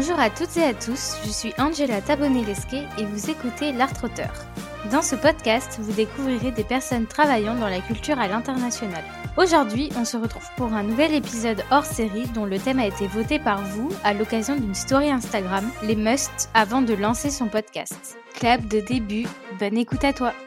Bonjour à toutes et à tous, je suis Angela Tabonelesque et vous écoutez L'Art Trotteur. Dans ce podcast, vous découvrirez des personnes travaillant dans la culture à l'international. Aujourd'hui, on se retrouve pour un nouvel épisode hors série dont le thème a été voté par vous à l'occasion d'une story Instagram, les musts avant de lancer son podcast. Clap de début, bonne écoute à toi.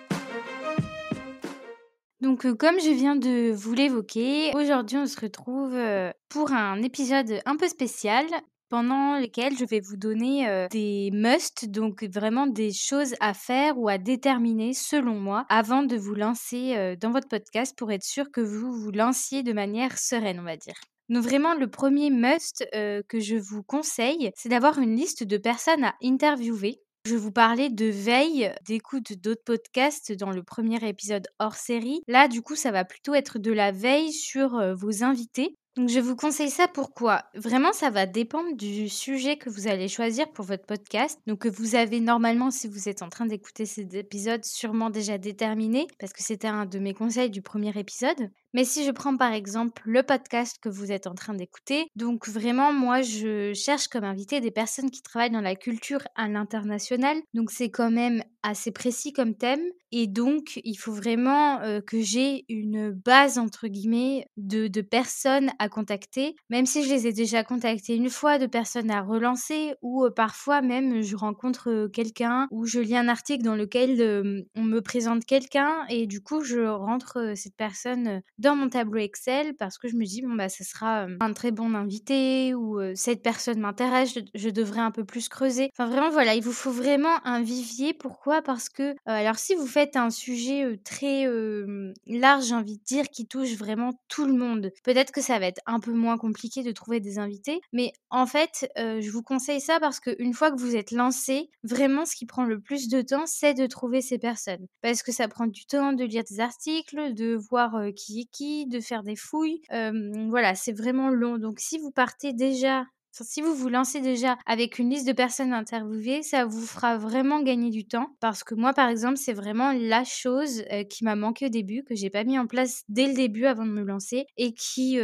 Donc comme je viens de vous l'évoquer, aujourd'hui on se retrouve pour un épisode un peu spécial pendant lequel je vais vous donner des musts, donc vraiment des choses à faire ou à déterminer selon moi avant de vous lancer dans votre podcast pour être sûr que vous vous lanciez de manière sereine, on va dire. Donc vraiment le premier must que je vous conseille, c'est d'avoir une liste de personnes à interviewer. Je vous parlais de veille, d'écoute d'autres podcasts dans le premier épisode hors série. Là, du coup, ça va plutôt être de la veille sur vos invités. Donc, je vous conseille ça pourquoi? Vraiment, ça va dépendre du sujet que vous allez choisir pour votre podcast. Donc, que vous avez normalement, si vous êtes en train d'écouter cet épisode, sûrement déjà déterminé, parce que c'était un de mes conseils du premier épisode. Mais si je prends par exemple le podcast que vous êtes en train d'écouter, donc vraiment moi je cherche comme invité des personnes qui travaillent dans la culture à l'international, donc c'est quand même assez précis comme thème et donc il faut vraiment que j'ai une base entre guillemets de personnes à contacter, même si je les ai déjà contactées une fois, de personnes à relancer ou parfois même je rencontre quelqu'un ou je lis un article dans lequel on me présente quelqu'un et du coup je rentre cette personne dans mon tableau Excel parce que je me dis bon bah ce sera un très bon invité ou cette personne m'intéresse, je devrais un peu plus creuser. Enfin vraiment voilà, il vous faut vraiment un vivier. Pourquoi? Parce que alors si vous faites un sujet très large, j'ai envie de dire, qui touche vraiment tout le monde, peut-être que ça va être un peu moins compliqué de trouver des invités. Mais en fait, je vous conseille ça parce qu'une fois que vous êtes lancé, vraiment ce qui prend le plus de temps, c'est de trouver ces personnes. Parce que ça prend du temps de lire des articles, de voir qui est qui, de faire des fouilles. Voilà, c'est vraiment long. Donc si vous partez déjà si vous vous lancez déjà avec une liste de personnes à interviewer, ça vous fera vraiment gagner du temps. Parce que moi, par exemple, c'est vraiment la chose qui m'a manqué au début, que j'ai pas mis en place dès le début avant de me lancer et qui,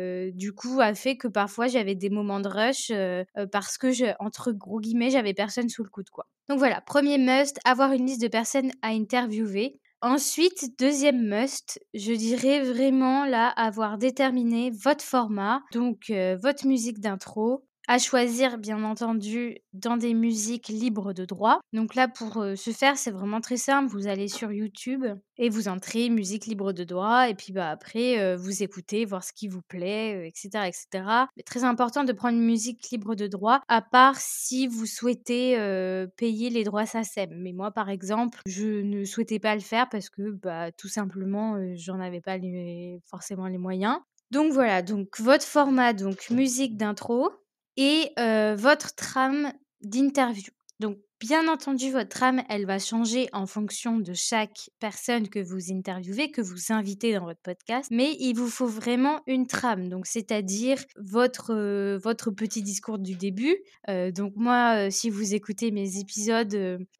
du coup, a fait que parfois j'avais des moments de rush parce que, entre gros guillemets, j'avais personne sous le coude, quoi. Donc voilà, premier must, avoir une liste de personnes à interviewer. Ensuite, deuxième must, je dirais vraiment là avoir déterminé votre format, donc votre musique d'intro, à choisir bien entendu dans des musiques libres de droit. Donc là pour ce faire, c'est vraiment très simple, vous allez sur YouTube et vous entrez musique libre de droit et puis bah après vous écoutez, voir ce qui vous plaît, etc., etc. Mais très important de prendre une musique libre de droit, à part si vous souhaitez payer les droits SACEM. Mais moi par exemple, je ne souhaitais pas le faire parce que bah tout simplement j'en avais pas forcément les moyens. Donc voilà, donc votre format, donc musique d'intro et votre trame d'interview. Donc bien entendu, votre trame, elle va changer en fonction de chaque personne que vous interviewez, que vous invitez dans votre podcast, mais il vous faut vraiment une trame, donc c'est-à-dire votre petit discours du début. Donc moi, si vous écoutez mes épisodes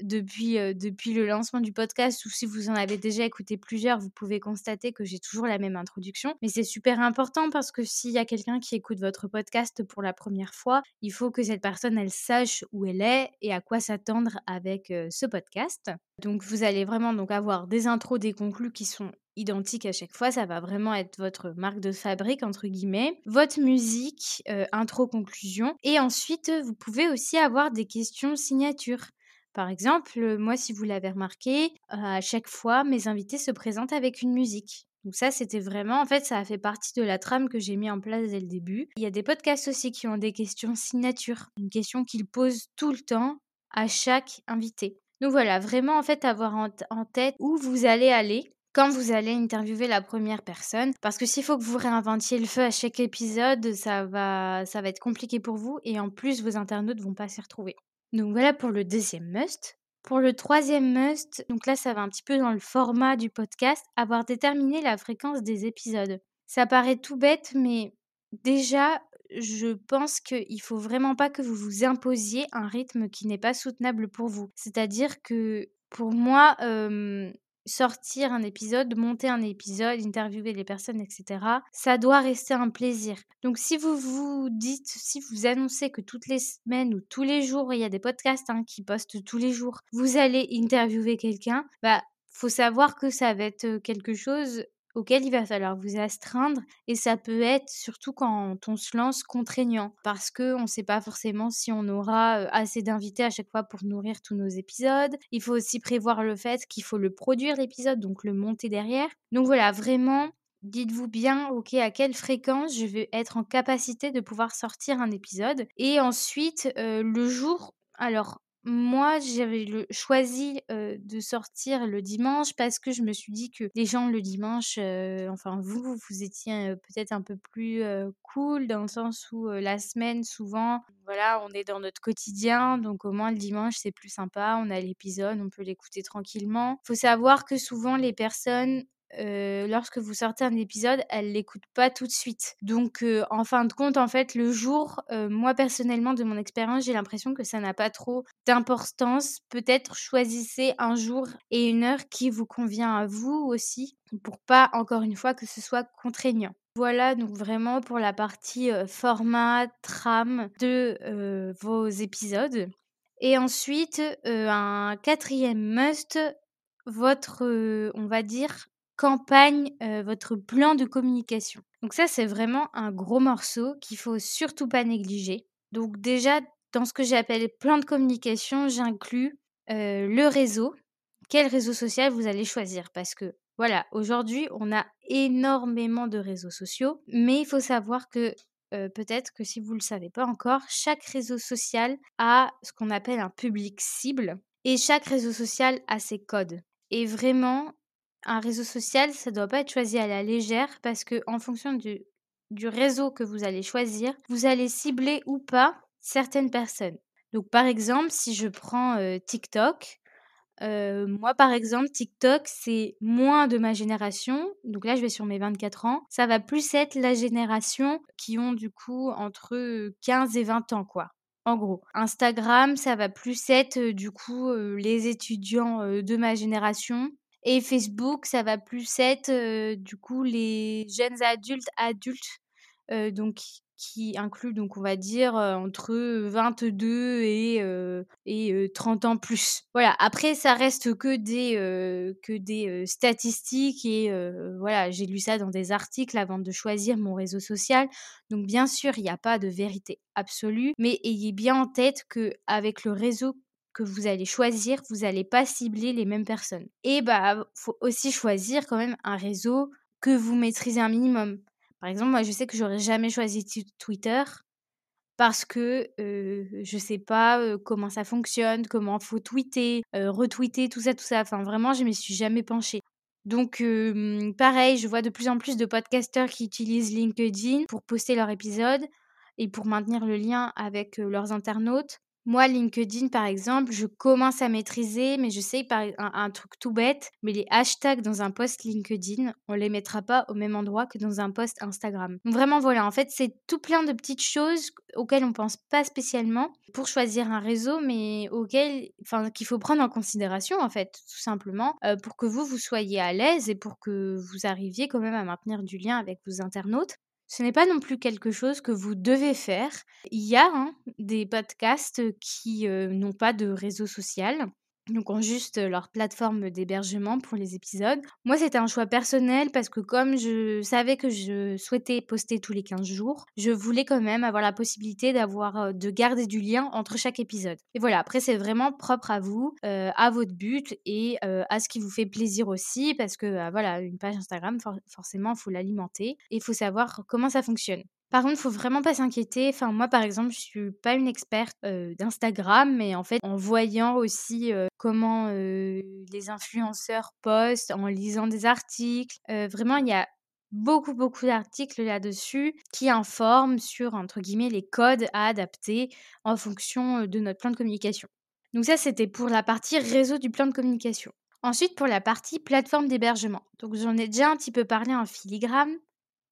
depuis le lancement du podcast ou si vous en avez déjà écouté plusieurs, vous pouvez constater que j'ai toujours la même introduction. Mais c'est super important parce que s'il y a quelqu'un qui écoute votre podcast pour la première fois, il faut que cette personne, elle sache où elle est et à quoi s'attendre avec ce podcast. Donc vous allez vraiment donc avoir des intros, des conclus qui sont identiques à chaque fois, ça va vraiment être votre marque de fabrique entre guillemets, votre musique, intro, conclusion et ensuite vous pouvez aussi avoir des questions signatures. Par exemple, moi si vous l'avez remarqué, à chaque fois mes invités se présentent avec une musique. Donc ça, c'était vraiment en fait, ça a fait partie de la trame que j'ai mis en place dès le début. Il y a des podcasts aussi qui ont des questions signatures, une question qu'ils posent tout le temps à chaque invité. Donc voilà, vraiment en fait avoir en tête où vous allez aller quand vous allez interviewer la première personne. Parce que s'il faut que vous réinventiez le feu à chaque épisode, ça va être compliqué pour vous et en plus vos internautes vont pas s'y retrouver. Donc voilà pour le deuxième must. Pour le troisième must, donc là ça va un petit peu dans le format du podcast, avoir déterminé la fréquence des épisodes. Ça paraît tout bête, mais déjà, je pense qu'il faut vraiment pas que vous vous imposiez un rythme qui n'est pas soutenable pour vous. C'est-à-dire que pour moi, sortir un épisode, monter un épisode, interviewer les personnes et cetera, ça doit rester un plaisir. Donc si vous annoncez que toutes les semaines ou tous les jours, il y a des podcasts, hein, qui postent tous les jours, vous allez interviewer quelqu'un, bah, faut savoir que ça va être, quelque chose auquel il va falloir vous astreindre et ça peut être, surtout quand on se lance, contraignant parce qu'on ne sait pas forcément si on aura, assez d'invités à chaque fois pour nourrir tous nos épisodes. Il faut aussi prévoir le fait qu'il faut le produire l'épisode, donc le monter derrière. Donc voilà, vraiment, dites-vous bien: «OK, à quelle fréquence je vais être en capacité de pouvoir sortir un épisode?» Et ensuite, le jour alors moi, j'avais choisi, de sortir le dimanche parce que je me suis dit que les gens le dimanche, enfin vous étiez, peut-être un peu plus, cool dans le sens où, la semaine souvent, voilà, on est dans notre quotidien, donc au moins le dimanche c'est plus sympa, on a l'épisode, on peut l'écouter tranquillement. Faut savoir que souvent les personnes, lorsque vous sortez un épisode, elles l'écoutent pas tout de suite. Donc en fin de compte, en fait, le jour, moi personnellement de mon expérience, j'ai l'impression que ça n'a pas trop d'importance. Peut-être choisissez un jour et une heure qui vous convient à vous aussi, pour pas, encore une fois, que ce soit contraignant. Voilà donc vraiment pour la partie, format, trame de, vos épisodes et ensuite, un quatrième must, votre, on va dire campagne, votre plan de communication. Donc ça, c'est vraiment un gros morceau qu'il faut surtout pas négliger. Donc déjà, dans ce que j'appelle plan de communication, j'inclus, le réseau. Quel réseau social vous allez choisir? Parce que voilà, aujourd'hui, on a énormément de réseaux sociaux, mais il faut savoir que, peut-être que si vous ne le savez pas encore, chaque réseau social a ce qu'on appelle un public cible et chaque réseau social a ses codes. Et vraiment, un réseau social, ça doit pas être choisi à la légère parce que en fonction du réseau que vous allez choisir, vous allez cibler ou pas certaines personnes. Donc par exemple, si je prends, TikTok, moi, par exemple, TikTok, c'est moins de ma génération. Donc là, je vais sur mes 24 ans. Ça va plus être la génération qui ont du coup entre, 15 et 20 ans, quoi, en gros. Instagram, ça va plus être, du coup, les étudiants, de ma génération et Facebook, ça va plus être, du coup, les jeunes adultes, donc qui inclut donc on va dire, entre, 22 et 30 ans plus. Voilà, après ça reste que des statistiques et voilà, j'ai lu ça dans des articles avant de choisir mon réseau social. Donc bien sûr, il y a pas de vérité absolue, mais ayez bien en tête que avec le réseau que vous allez choisir, vous allez pas cibler les mêmes personnes. Et bah, faut aussi choisir quand même un réseau que vous maîtrisez un minimum. Par exemple, moi, je sais que j'aurais jamais choisi Twitter parce que, je sais pas, comment ça fonctionne, comment faut tweeter, retweeter, tout ça, tout ça. Enfin, vraiment, je m'y suis jamais penchée. Donc, pareil, je vois de plus en plus de podcasteurs qui utilisent LinkedIn pour poster leurs épisodes et pour maintenir le lien avec, leurs internautes. Moi, LinkedIn, par exemple, je commence à maîtriser, mais je sais par un truc tout bête, mais les hashtags dans un post LinkedIn, on les mettra pas au même endroit que dans un post Instagram. Donc vraiment, voilà, en fait, c'est tout plein de petites choses auxquelles on pense pas spécialement pour choisir un réseau, mais enfin, qu'il faut prendre en considération, en fait, tout simplement, pour que vous soyez à l'aise et pour que vous arriviez quand même à maintenir du lien avec vos internautes. Ce n'est pas non plus quelque chose que vous devez faire. Il y a, hein, des podcasts qui, n'ont pas de réseau social, donc ont juste, leur plateforme d'hébergement pour les épisodes. Moi, c'était un choix personnel parce que comme je savais que je souhaitais poster tous les 15 jours, je voulais quand même avoir la possibilité de garder du lien entre chaque épisode. Et voilà, après c'est vraiment propre à vous, à votre but et à ce qui vous fait plaisir aussi parce que, voilà, une page Instagram forcément, faut l'alimenter et il faut savoir comment ça fonctionne. Par contre, faut vraiment pas s'inquiéter. Enfin, moi, par exemple, je suis pas une experte, d'Instagram, mais en fait, en voyant aussi, comment, les influenceurs postent, en lisant des articles, vraiment, il y a beaucoup, beaucoup d'articles là-dessus qui informent sur, entre guillemets, «les codes à adapter» en fonction, de notre plan de communication. Donc ça, c'était pour la partie réseau du plan de communication. Ensuite, pour la partie plateforme d'hébergement. Donc j'en ai déjà un petit peu parlé en filigrane.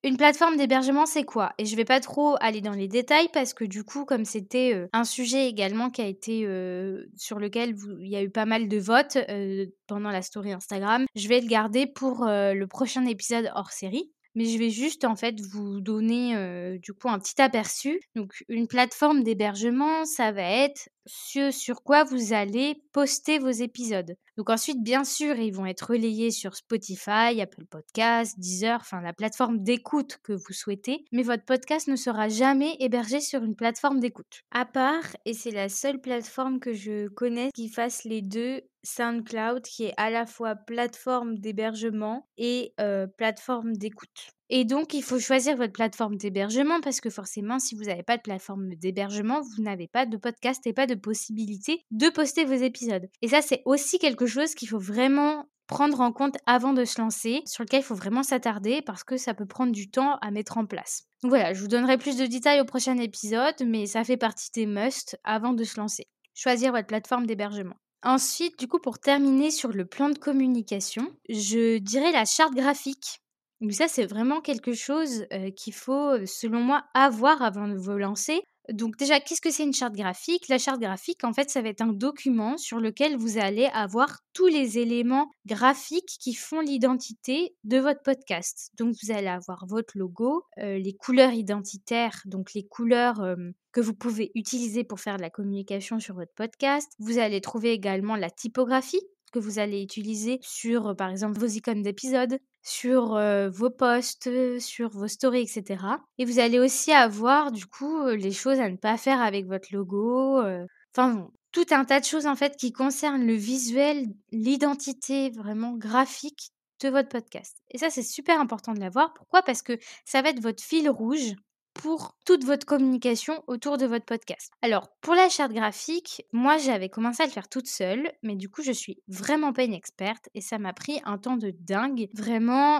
Une plateforme d'hébergement, c'est quoi? Et je vais pas trop aller dans les détails parce que du coup, comme c'était, un sujet également qui a été, sur lequel il y a eu pas mal de votes, pendant la story Instagram, je vais le garder pour, le prochain épisode hors série. Mais je vais juste, en fait, vous donner, du coup, un petit aperçu. Donc une plateforme d'hébergement, ça va être ce sur quoi vous allez poster vos épisodes. Donc ensuite, bien sûr, ils vont être relayés sur Spotify, Apple Podcasts, Deezer, enfin la plateforme d'écoute que vous souhaitez, mais votre podcast ne sera jamais hébergé sur une plateforme d'écoute. À part, et c'est la seule plateforme que je connais qui fasse les deux, SoundCloud, qui est à la fois plateforme d'hébergement et plateforme d'écoute. Et donc, il faut choisir votre plateforme d'hébergement parce que forcément, si vous n'avez pas de plateforme d'hébergement, vous n'avez pas de podcast et pas de possibilité de poster vos épisodes. Et ça, c'est aussi quelque chose qu'il faut vraiment prendre en compte avant de se lancer, sur lequel il faut vraiment s'attarder parce que ça peut prendre du temps à mettre en place. Donc voilà, je vous donnerai plus de détails au prochain épisode, mais ça fait partie des musts avant de se lancer. Choisir votre plateforme d'hébergement. Ensuite, du coup, pour terminer sur le plan de communication, je dirais la charte graphique. Donc ça, c'est vraiment quelque chose, qu'il faut, selon moi, avoir avant de vous lancer. Donc déjà, qu'est-ce que c'est une charte graphique? La charte graphique, en fait, ça va être un document sur lequel vous allez avoir tous les éléments graphiques qui font l'identité de votre podcast. Donc vous allez avoir votre logo, les couleurs identitaires, donc les couleurs, que vous pouvez utiliser pour faire de la communication sur votre podcast. Vous allez trouver également la typographie que vous allez utiliser sur, par exemple, vos icônes d'épisodes, sur, vos posts, sur vos stories et cetera. Et vous allez aussi avoir du coup, les choses à ne pas faire avec votre logo, enfin bon, tout un tas de choses en fait qui concernent le visuel, l'identité vraiment graphique de votre podcast. Et ça, c'est super important de l'avoir. Pourquoi? Parce que ça va être votre fil rouge pour toute votre communication autour de votre podcast. Alors, pour la charte graphique, moi, j'avais commencé à le faire toute seule, mais du coup, je suis vraiment pas une experte et ça m'a pris un temps de dingue. Vraiment,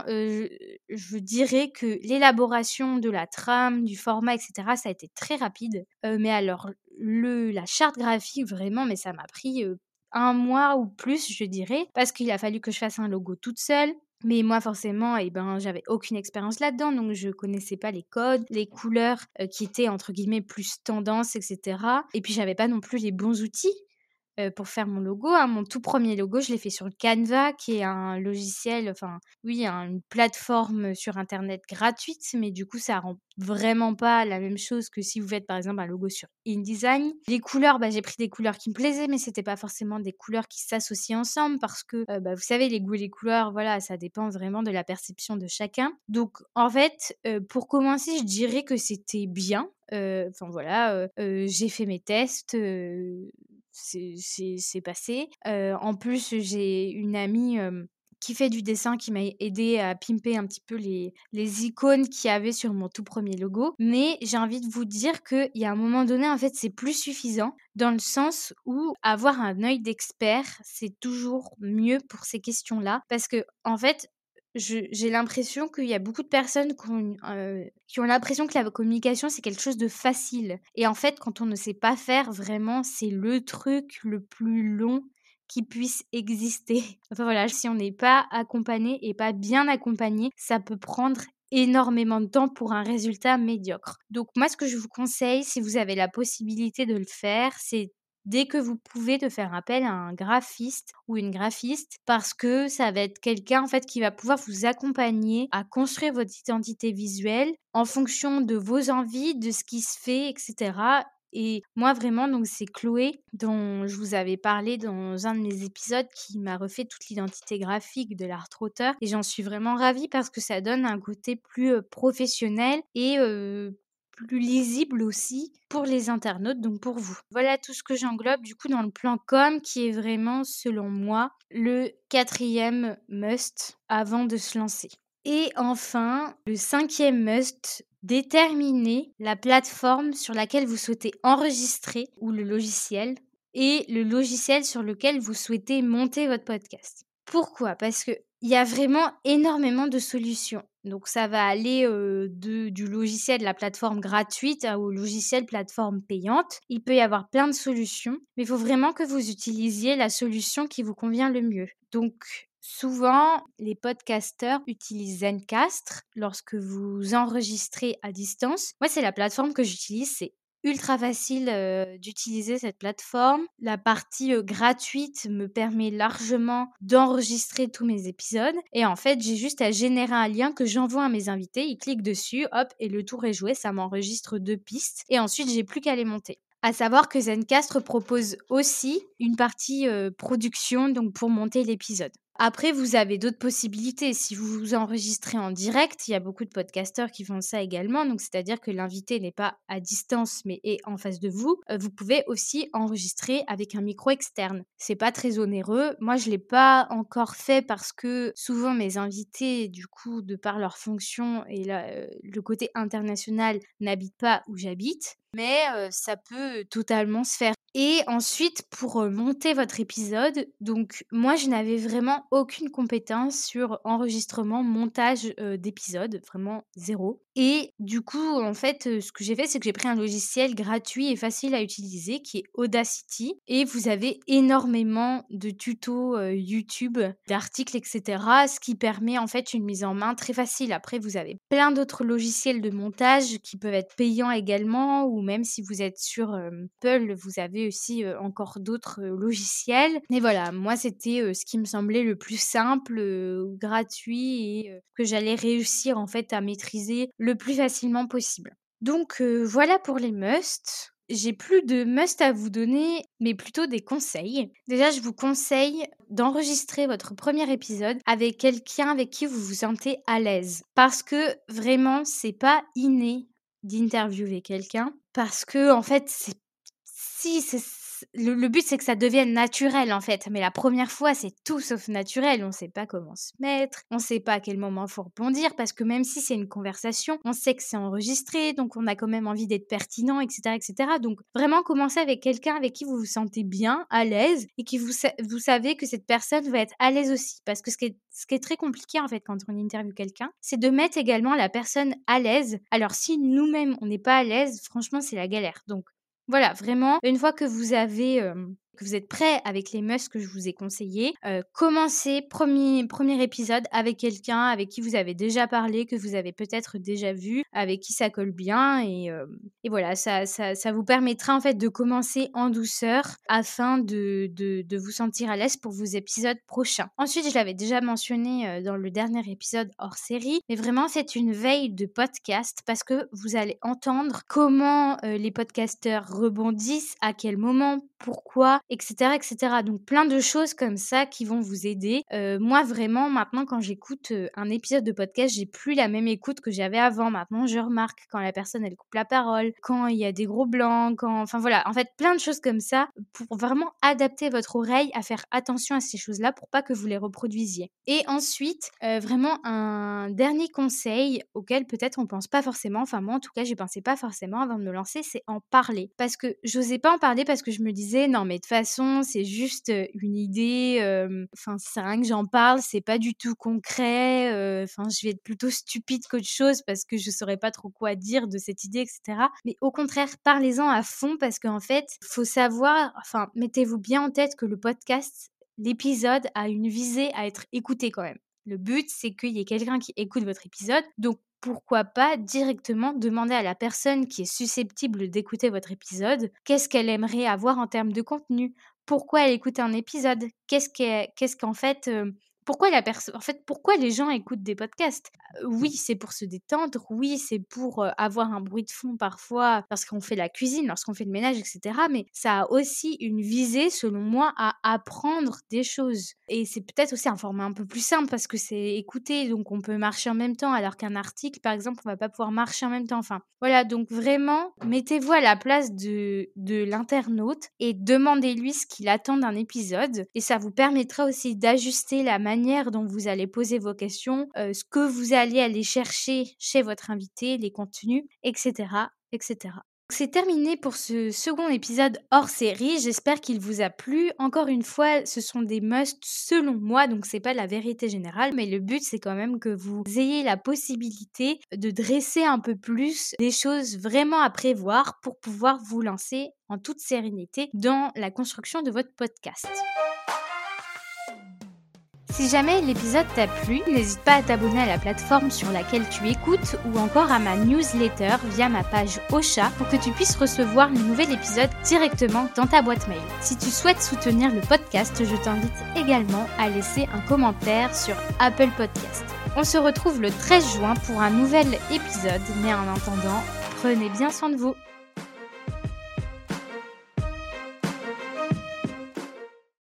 je dirais que l'élaboration de la trame, du format, etc., ça a été très rapide. Mais alors, la charte graphique, vraiment, mais ça m'a pris 1 mois ou plus, je dirais, parce qu'il a fallu que je fasse un logo toute seule. Mais moi forcément, eh ben, j'avais aucune expérience là-dedans, donc je connaissais pas les codes, les couleurs, qui étaient entre guillemets «plus tendance» et cetera. Et puis j'avais pas non plus les bons outils, pour faire mon logo, hein. Mon tout premier logo, je l'ai fait sur Canva, qui est un logiciel, enfin oui, une plateforme sur internet gratuite, mais du coup, ça rend vraiment pas la même chose que si vous faites, par exemple, un logo sur InDesign. Les couleurs, bah, j'ai pris des couleurs qui me plaisaient, mais c'était pas forcément des couleurs qui s'associent ensemble parce que, bah, vous savez, les goûts et les couleurs, voilà, ça dépend vraiment de la perception de chacun. Donc en fait, pour commencer, je dirais que c'était bien. Enfin voilà, j'ai fait mes tests, c'est passé. En plus, j'ai une amie, qui fait du dessin, qui m'a aidée à pimper un petit peu les icônes qu'il y avait sur mon tout premier logo. Mais j'ai envie de vous dire qu'il y a un moment donné, en fait, c'est plus suffisant dans le sens où avoir un œil d'expert, c'est toujours mieux pour ces questions-là. Parce que en fait, j'ai l'impression qu'il y a beaucoup de personnes qui ont l'impression que la communication, c'est quelque chose de facile. Et en fait, quand on ne sait pas faire, vraiment, c'est le truc le plus long qui puisse exister. Enfin voilà, si on n'est pas accompagné et pas bien accompagné, ça peut prendre énormément de temps pour un résultat médiocre. Donc moi, ce que je vous conseille, si vous avez la possibilité de le faire, c'est dès que vous pouvez de faire appel à un graphiste ou une graphiste parce que ça va être quelqu'un en fait qui va pouvoir vous accompagner à construire votre identité visuelle en fonction de vos envies, de ce qui se fait, etc. Et moi vraiment, donc c'est Chloé dont je vous avais parlé dans un de mes épisodes qui m'a refait toute l'identité graphique de l'art auteur et j'en suis vraiment ravie parce que ça donne un côté plus professionnel et plus lisible aussi pour les internautes, donc pour vous. Voilà tout ce que j'englobe du coup dans le plan com qui est vraiment, selon moi, le 4e must avant de se lancer. Et enfin, le 5e must, déterminer la plateforme sur laquelle vous souhaitez enregistrer ou le logiciel et le logiciel sur lequel vous souhaitez monter votre podcast. Pourquoi? Parce qu'il y a vraiment énormément de solutions. Donc ça va aller, du logiciel, de la plateforme gratuite au logiciel plateforme payante. Il peut y avoir plein de solutions, mais il faut vraiment que vous utilisiez la solution qui vous convient le mieux. Donc Souvent, les podcasteurs utilisent Zencastr lorsque vous enregistrez à distance. Moi, c'est la plateforme que j'utilise, c'est ultra facile, d'utiliser cette plateforme. La partie, gratuite me permet largement d'enregistrer tous mes épisodes et en fait, j'ai juste à générer un lien que j'envoie à mes invités. Ils cliquent dessus, hop et le tour est joué, ça m'enregistre 2 pistes et ensuite j'ai plus qu'à les monter. À savoir que Zencastr propose aussi une partie, production, donc pour monter l'épisode. Après, vous avez d'autres possibilités. Si vous vous enregistrez en direct, il y a beaucoup de podcasteurs qui font ça également. Donc, c'est-à-dire que l'invité n'est pas à distance, mais est en face de vous. Vous pouvez aussi enregistrer avec un micro externe. C'est pas très onéreux. Moi, je l'ai pas encore fait parce que souvent mes invités, du coup, de par leur fonction et le côté international, n'habitent pas où j'habite. Mais ça peut totalement se faire. Et ensuite, pour monter votre épisode, donc moi, je n'avais vraiment aucune compétence sur enregistrement, montage d'épisodes, vraiment zéro. Et du coup, en fait, ce que j'ai fait, c'est que j'ai pris un logiciel gratuit et facile à utiliser qui est Audacity. Et vous avez énormément de tutos YouTube, d'articles, etc. Ce qui permet en fait une mise en main très facile. Après, vous avez plein d'autres logiciels de montage qui peuvent être payants également, ou même si vous êtes sur Apple, vous avez aussi encore d'autres logiciels. Mais voilà, moi, c'était ce qui me semblait le plus simple, gratuit et que j'allais réussir en fait à maîtriser le plus facilement possible. Donc voilà pour les musts. J'ai plus de must à vous donner, mais plutôt des conseils. Déjà, je vous conseille d'enregistrer votre premier épisode avec quelqu'un avec qui vous vous sentez à l'aise. Parce que vraiment, c'est pas inné d'interviewer quelqu'un. Parce que, en fait, si, le but, c'est que ça devienne naturel, en fait. Mais la première fois, c'est tout sauf naturel. On sait pas comment se mettre, on sait pas à quel moment faut rebondir, parce que même si c'est une conversation, on sait que c'est enregistré, donc on a quand même envie d'être pertinent, etc., etc. Donc vraiment, commencez avec quelqu'un avec qui vous vous sentez bien, à l'aise, et qui vous savez que cette personne va être à l'aise aussi. Parce que ce qui est très compliqué, en fait, quand on interviewe quelqu'un, c'est de mettre également la personne à l'aise. Alors, si nous-mêmes, on n'est pas à l'aise, franchement, c'est la galère. Donc, voilà, vraiment, une fois que vous avez, que vous êtes prêt avec les musts que je vous ai conseillés, commencez premier épisode avec quelqu'un avec qui vous avez déjà parlé, que vous avez peut-être déjà vu, avec qui ça colle bien et voilà, ça vous permettra en fait de commencer en douceur afin de vous sentir à l'aise pour vos épisodes prochains. Ensuite, je l'avais déjà mentionné, dans le dernier épisode hors série, mais vraiment faites une veille de podcast parce que vous allez entendre comment, les podcasteurs rebondissent, à quel moment, pourquoi, etc., etc. Donc plein de choses comme ça qui vont vous aider. Moi vraiment maintenant quand j'écoute, un épisode de podcast, j'ai plus la même écoute que j'avais avant. Maintenant je remarque quand la personne elle coupe la parole, quand il y a des gros blancs, enfin voilà, en fait plein de choses comme ça pour vraiment adapter votre oreille à faire attention à ces choses-là pour pas que vous les reproduisiez. Et ensuite, vraiment un dernier conseil auquel peut-être on pense pas forcément, enfin moi en tout cas j'y pensais pas forcément avant de me lancer, c'est en parler. Parce que j'osais pas en parler parce que je me disais: «Non mais de toute façon c'est juste, une idée, enfin ça sert à rien que j'en parle, c'est pas du tout concret, enfin je vais être plutôt stupide qu'autre chose parce que je saurais pas trop quoi dire de cette idée et cetera». Mais au contraire, parlez-en à fond parce qu'en fait, faut savoir, enfin mettez-vous bien en tête que le podcast, l'épisode a une visée à être écouté quand même. Le but, c'est qu'il y ait quelqu'un qui écoute votre épisode, donc pourquoi pas directement demander à la personne qui est susceptible d'écouter votre épisode, qu'est-ce qu'elle aimerait avoir en termes de contenu? Pourquoi elle écoute un épisode? Qu'est-ce qu'en fait, pourquoi en fait, pourquoi les gens écoutent des podcasts? Oui, c'est pour se détendre, oui, c'est pour, avoir un bruit de fond parfois lorsqu'on fait la cuisine, lorsqu'on fait le ménage et cetera, mais ça a aussi une visée, selon moi, à apprendre des choses et c'est peut-être aussi un format un peu plus simple parce que c'est écouté, donc on peut marcher en même temps alors qu'un article, par exemple, on va pas pouvoir marcher en même temps. Enfin, voilà, donc vraiment, mettez-vous à la place de l'internaute et demandez-lui ce qu'il attend d'un épisode et ça vous permettra aussi d'ajuster la manière dont vous allez poser vos questions, ce que vous allez aller chercher chez votre invité, les contenus, etc., etc. C'est terminé pour ce second épisode hors série. J'espère qu'il vous a plu. Encore une fois, ce sont des musts selon moi, donc c'est pas la vérité générale, mais le but c'est quand même que vous ayez la possibilité de dresser un peu plus des choses vraiment à prévoir pour pouvoir vous lancer en toute sérénité dans la construction de votre podcast. Si jamais l'épisode t'a plu, n'hésite pas à t'abonner à la plateforme sur laquelle tu écoutes ou encore à ma newsletter via ma page Ocha pour que tu puisses recevoir le nouvel épisode directement dans ta boîte mail. Si tu souhaites soutenir le podcast, je t'invite également à laisser un commentaire sur Apple Podcast. On se retrouve le 13 juin pour un nouvel épisode, mais en attendant, prenez bien soin de vous.